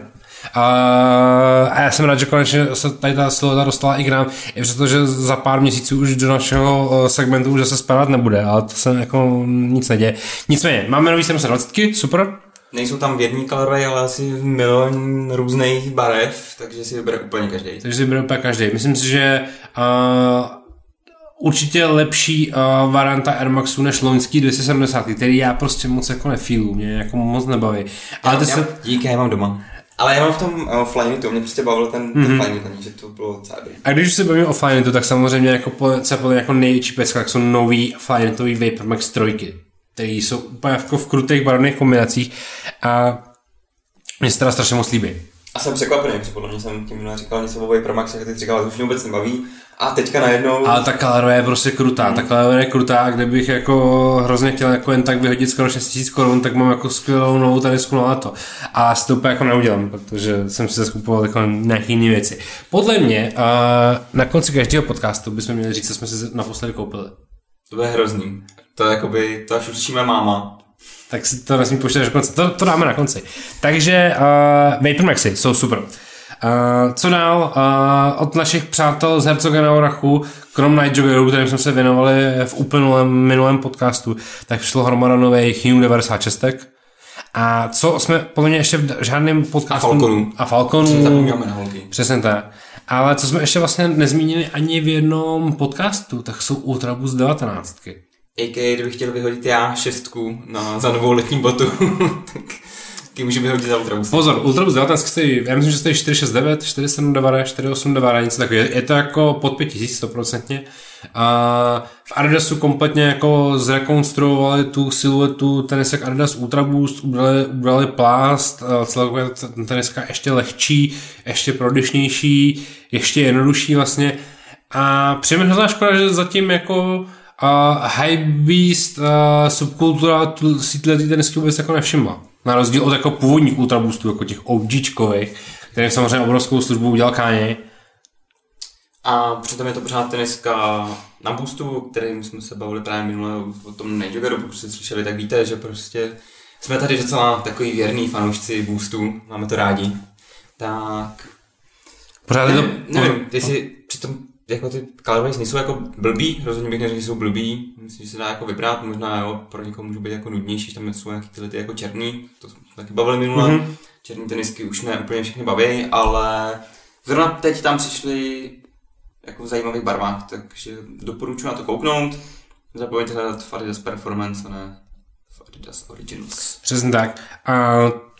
A já jsem rád, že konečně se tady ta slova dostala i k nám, i protože za pár měsíců už do našeho segmentu už zase spadat nebude, ale to se jako nic neděje. Nicméně, máme nový 720, super. Nejsou tam v jedný colorway, ale asi milion různých barev, takže si vybere úplně každý. Myslím si, že určitě lepší varianta Air Maxu než loňský 270, který já prostě moc jako nefílu, mě jako moc nebaví. Ale díky, já mám doma. Ale já mám v tom Flyknitu, mě prostě bavil ten Flyknit, že to bylo docela dobrý. A když se bavíme o Flyknitu, tak samozřejmě jako největší pecka, tak jsou nový Flyknitový Vapor Max 3, který jsou úplně jako v krutých barevných kombinacích a mě se teda strašně moc líbí. A jsem překvapený, protože podle mě jsem tím říkal něco o Vapor Max, jak ty říkal, ale to už mě vůbec nebaví. A teďka najednou... Ale ta colorway je prostě krutá, ta colorway je krutá a kdybych jako hrozně chtěl jako jen tak vyhodit skoro 6 000 korun, tak mám jako skvělou novou tenisku na léto. A si to úplně jako neudělám, protože jsem si skupoval jako nějaké jiné věci. Podle mě na konci každého podcastu bychom měli říct, co jsme si naposledy koupili. To bude hrozný. To je jakoby, to až určíme máma. Tak si to nesmí počítat do konce, to dáme na konci. Takže Vapor Maxi jsou super. Co dál? Od našich přátel z Herzoga na Orachu, krom Night Joggeru, kterým jsme se věnovali v minulém podcastu, tak přišlo hromada nových Hue 96. A co jsme podle mě ještě v žádném podcastu... A Falconů. Zapomínáme na holky. Přesně tak. Ale co jsme ještě vlastně nezmínili ani v jednom podcastu, tak jsou Ultraboost 19. A.k.a. kdybych chtěl vyhodit já 6 za novou letní botu, tak ty můžu vyhodit za Ultraboost. Pozor, Ultraboost 19 stojí, já myslím, že stojí 469, 479, 489, něco takového. Je to jako pod 5000 100%. V Adidasu kompletně jako zrekonstruovali tu siluetu tenisek Adidas Ultraboost, ubrali plást, celkově teniska ještě lehčí, ještě prodyšnější, ještě jednodušší vlastně. A přijeme hrozná škoda, že zatím jako hypebeast subkultura si tyhle tenisky vůbec jako nevšimla. Na rozdíl od jako původních Ultraboostů, jako těch OGčkových, který samozřejmě obrovskou službu udělal Kanye. A přitom je to pořád teniska na boostu, kterým jsme se bavili právě minule o tom Night Joggeru, pokud jste slyšeli, tak víte, že prostě jsme tady docela takový věrný fanoušci boostu, máme to rádi. Tak... Pořád je to... Nevím, jestli přitom jako ty colorways nejsou jako blbý, rozhodně bych neřekl, že jsou blbý, myslím, že se dá jako vybrat, možná jo, pro někoho můžou být jako nudnější, tam jsou nějaký tyhle ty jako černý, to jsme taky bavili minule, černý tenisky už ne úplně všechny baví, ale zrovna teď tam přišli jako v zajímavých barvách, takže doporučuji na to kouknout, zapomeňte hledat v Adidas Performance a ne v Adidas Originals. Přesně tak. A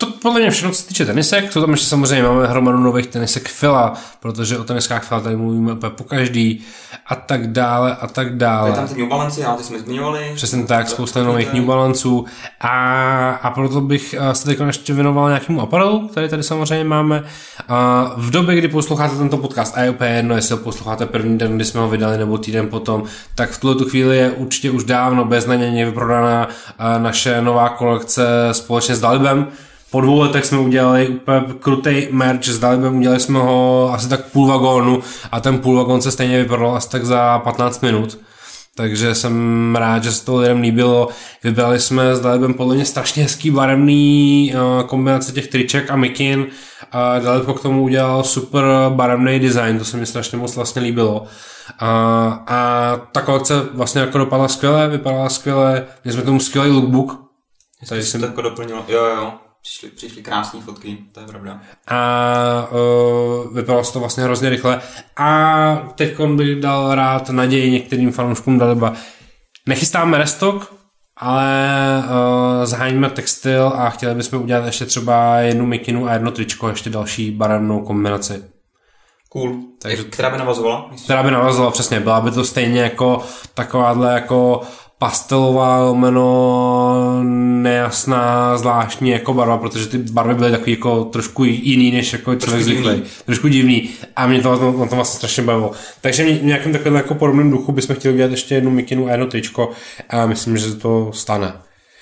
to podle mě všechno, co se týče tenisek. Jsou tam ještě samozřejmě, máme hromadu nových tenisek Fila, protože o teniskách Fila tady mluvíme úplně po každý a tak dále a tak dále. Je tam ty New Balance, ty jsme zmiňovali. Přesně tak, spousta nových New Balanců a proto bych se teď ještě věnoval nějakému apparelu, který tady samozřejmě máme. V době, kdy posloucháte tento podcast, a je úplně jedno, jestli ho posloucháte první den, kdy jsme ho vydali, nebo týden potom, tak v tuto chvíli je určitě už dávno beznadějně vyprodaná naše nová kolekce společně s Dalibem. Po 2 letech jsme udělali úplně krutej merch s Dalibem, udělali jsme ho asi tak půl vagónu a ten půl vagón se stejně vyprodal asi tak za 15 minut. Takže jsem rád, že se to lidem líbilo. Vybrali jsme s Dalibem podle mě strašně hezký barevný kombinace těch triček a mikin. Dalibko k tomu udělal super barevný design, to se mi strašně moc vlastně líbilo. A ta kolekce vlastně jako dopadla skvěle, vypadala skvěle, měli jsme tomu skvělý lookbook. Tady jsem to jako doplnilo, jo. Přišly krásné fotky, to je pravda. A vypadalo se to vlastně hrozně rychle. A teď bych dal rád naději některým fanouškům Daliba. Nechystáme restock, ale zaháníme textil a chtěli bychom udělat ještě třeba jednu mikinu a jedno tričko, ještě další barevnou kombinaci. Cool. Takže která by navazovala? Která by navazovala, přesně. Byla by to stejně jako takováhle jako pastelová, lomeno nejasná, zvláštní jako barva, protože ty barvy byly takový jako trošku jiný, než jako člověk zvyklý. Trošku divný. A mě to vlastně strašně bavilo. Takže v nějakém takovém jako podobném duchu bychom chtěli udělat ještě jednu mikinu a jedno tričko a myslím, že se to stane.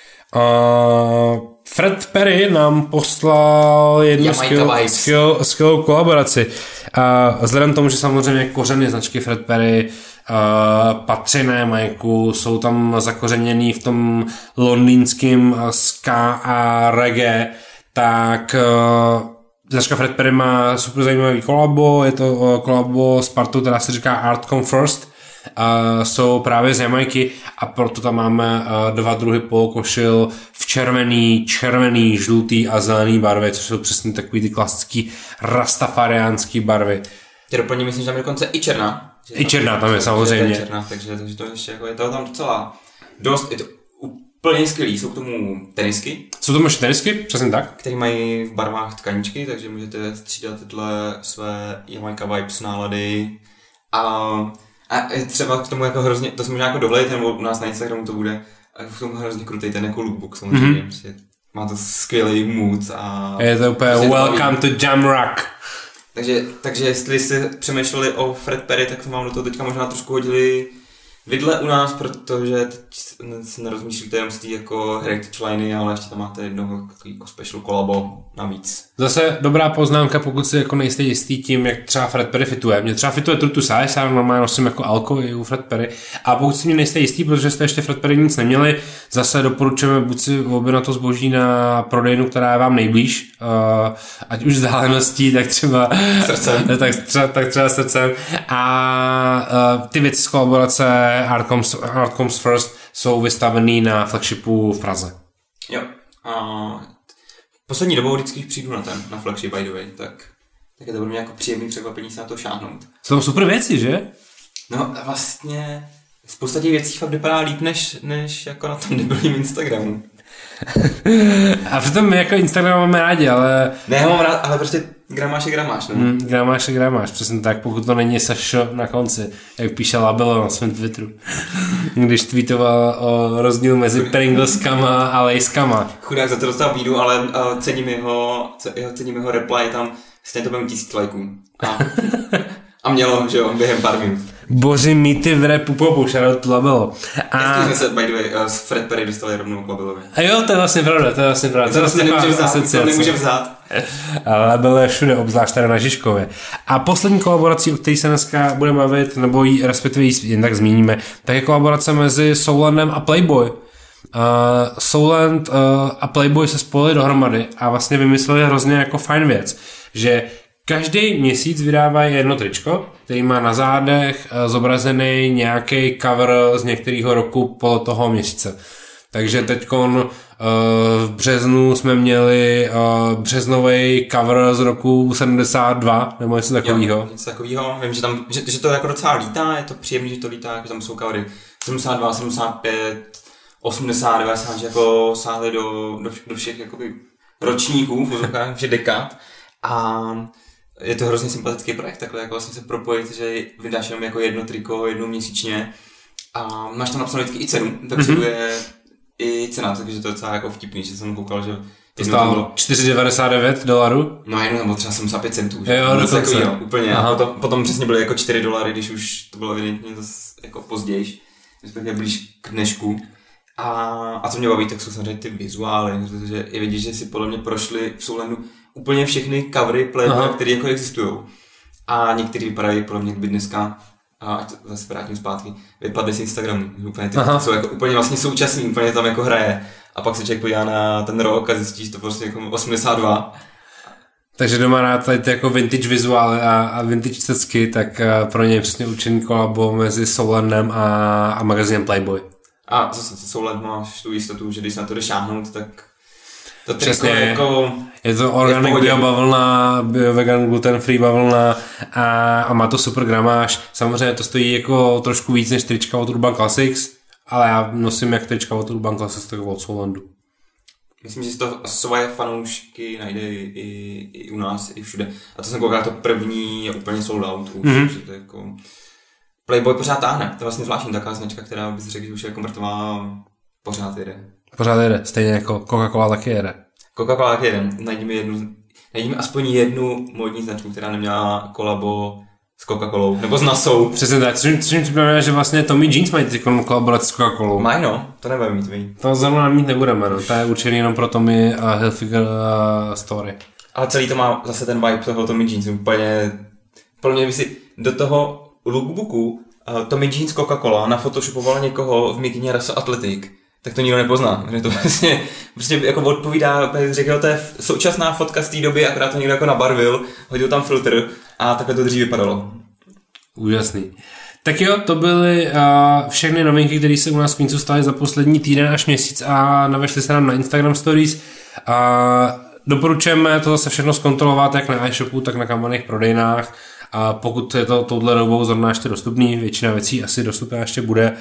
Fred Perry nám poslal jednu skvělou kolaboraci. Vzhledem k tomu, že samozřejmě kořeny značky Fred Perry patří na Jamajku, jsou tam zakořeněný v tom londýnském ska a reggae, tak značka Fred Perry má super zajímavý kolabo, je to kolabo s partou, která se říká Art Come First, jsou právě z Jamajky a proto tam máme 2 druhy polokošil v červený, žlutý a zelený barvy, což jsou přesně takový ty klasický rastafariánský barvy. Tě doplním, myslím, že tam je dokonce i černá. I černá tam je samozřejmě. Černá, takže to ještě jako je toho tam docela dost, je to úplně skvělý, jsou k tomu tenisky. Jsou to ještě tenisky, přesně tak. Který mají v barvách tkaničky, takže můžete střídat tyhle své Jamaica vibes nálady a třeba k tomu jako hrozně, to se možná jako dohledejte, nebo u nás na Instagramu to bude, a v tom hrozně krutej ten jako lookbook samozřejmě, má to skvělý mood a... Je to úplně welcome to Jam Rock. Takže jestli jste přemýšleli o Fred Perry, tak vám do toho teďka možná trošku hodili vidle u nás, protože teď se nerozmýšlíte jenom z té jako heritage liny, ale ještě tam máte jednoho jako special kolabo navíc. Zase dobrá poznámka, pokud si jako nejste jistý tím, jak třeba Fred Perry fituje. Mě třeba fituje True to Size, já normálně nosím jako alko i u Fred Perry. A pokud si mě nejste jistý, protože jste ještě Fred Perry nic neměli, zase doporučujeme buď si objednat to zboží na prodejnu, která je vám nejblíž, ať už vzdáleností, tak třeba srdcem. tak třeba srdcem. A ty věci z kolaborace Art Comes First jsou vystavený na flagshipu v Praze. Jo. Poslední dobou vždycky přijdu na flagship, by the way, tak je to pro mě jako příjemný překvapení se na to šáhnout. Jsou tam super věci, že? No vlastně spousta těch věcí fakt vypadá líp, než jako na tom debilním Instagramu. A přitom my jako Instagram máme rádi, ale... Ne, mám rád, ale prostě gramáš je gramáš, no. Gramáš, přesně tak, pokud to není Sašo na konci, jak píše Labelo na svém Twitteru, když tweetoval o rozdílu mezi Pringleskama a Lejskama. Chudák za to dostal bídu, ale cením jeho reply tam, stejně to bude 1000 lajků. A mělo, že jo, během pár minut. Bože, mýty v repu popu, shoutout Labelo. Dneska jsme se, by the way, s Fred Perry dostali rovnou k Labelovi. A jo, to je vlastně pravda. To nemůže vzát. Labelo je všude, obzvlášť tady na Žižkově. A poslední kolaborací, o které se dneska budeme bavit, nebo ji respektive jen tak zmíníme, tak je kolaborace mezi Soulandem a Playboy. Souland a Playboy se spojili dohromady a vlastně vymysleli hrozně jako fajn věc, že každý měsíc vydávají jedno tričko, který má na zádech zobrazený nějaký cover z některého roku po toho měsíce. Takže teďkon v březnu jsme měli březnový cover z roku 72, nebo něco takového. Jo, něco takového. Vím, že to jako docela lítá, je to příjemný, že to lítá, jako tam jsou covery 72, 75, 80, 90, že jako sáhli do všech jakoby ročníků, v vozovkách, že dekád. A je to hrozně sympatický projekt, takhle jako vlastně se propojit, že vydáš jenom jako jedno triko, jednou měsíčně a máš tam napsanou vždycky i cenu, tak se je i cena, takže to je docela jako vtipný, že jsem koukal, že to stálo $4,99? No jenom nebo třeba 75 centů. Jo, dokonce. Úplně. Aha. A potom přesně byly jako $4, když už to bylo evidentně zase jako později, respektive blíž k dnešku. A co mě baví, tak jsou samozřejmě ty vizuály, protože je vidět, že si podle mě prošli v Soulandu úplně všechny covery Playboye, které jako existují. A některý vypadají podle mě, kdyby dneska, a ať to zase vrátím zpátky, vypadly z Instagramu. Úplně ty jsou jako úplně vlastně současný, úplně tam jako hraje. A pak se člověk podívá na ten rok a zjistí, že to prostě jako 82. Takže kdo má rád tady ty jako vintage vizuály a vintage cecky, tak pro něj je přesně určený kolabo mezi Soulandem a magazínem Playboy. A zase Souland máš tu jistotu, že když se na to jde šáhnout, tak to přesně jako je to organic biobavlna, vegan gluten free bavlna a má to super gramáž. Samozřejmě to stojí jako trošku víc než trička od Urban Classics, ale já nosím jak trička od Urban Classics, tak od Soulandu. Myslím, že si to svoje fanoušky najde i u nás, i všude. A to jsem koukal, to první je úplně sold out už, že to jako Playboy pořád táhne. To je vlastně zvláštní taková značka, která bys řekl, že už je konvertová, pořád jede. Pořád jede, stejně jako Coca-Cola taky jede. Coca-Cola taky jede. Najdeme aspoň jednu módní značku, která neměla kolabo s Coca-Colou, nebo s NASou. Přesně tak, což mi připomíná, že vlastně Tommy Jeans mají teď kolaboraci s Coca-Colou. Mají no, to nebudeme mít vy. To zrovna mít nebudeme, no. To je určený jenom pro Tommy a Hilfiger Story. Ale celý to má zase ten vibe toho Tommy Jeans, úplně, pro mě by si do toho lookbooku Tommy Jeans Coca-Cola nafotoshopoval někoho v mikině Raso Athletic, tak to nikdo nepozná. Že to prostě jako odpovídá, řekl, to je současná fotka z té doby, akorát to někdo jako nabarvil, hodil tam filtr a takhle to dřív vypadalo. Úžasný. Tak jo, to byly všechny novinky, které se u nás v Queensu staly za poslední týden až měsíc a navešli se nám na Instagram Stories. Doporučujeme to zase všechno zkontrolovat jak na e-shopu, tak na kamenných prodejnách. A pokud je to touhle dobou zrovna ještě dostupný, většina věcí asi dostupná ještě bude.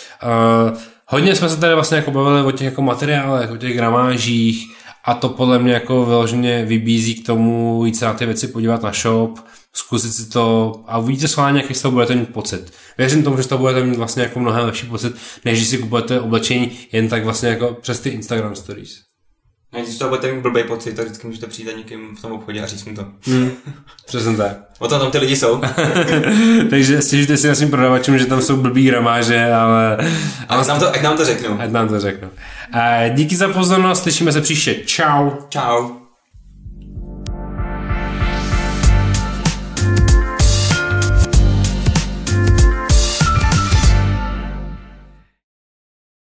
Hodně jsme se tady vlastně jako bavili o těch jako materiálech, o těch gramážích a to podle mě jako vyloženě vybízí k tomu víc na ty věci podívat na shop, zkusit si to a uvidíte schválně, jaký z toho budete mít pocit. Věřím tomu, že z toho budete mít vlastně jako mnohem lepší pocit, než když si kupujete oblečení jen tak vlastně jako přes ty Instagram stories. A když to budete mít blbej pocit, tak vždycky můžete přijít za někým v tom obchodě a říct mu to. Přesně tak. O tom tam ty lidi jsou. Takže stěžujte si na svým prodavačům, že tam jsou blbý gramáže, ale ať nám to řeknou. Díky za pozornost, slyšíme se příště. Čau. Čau.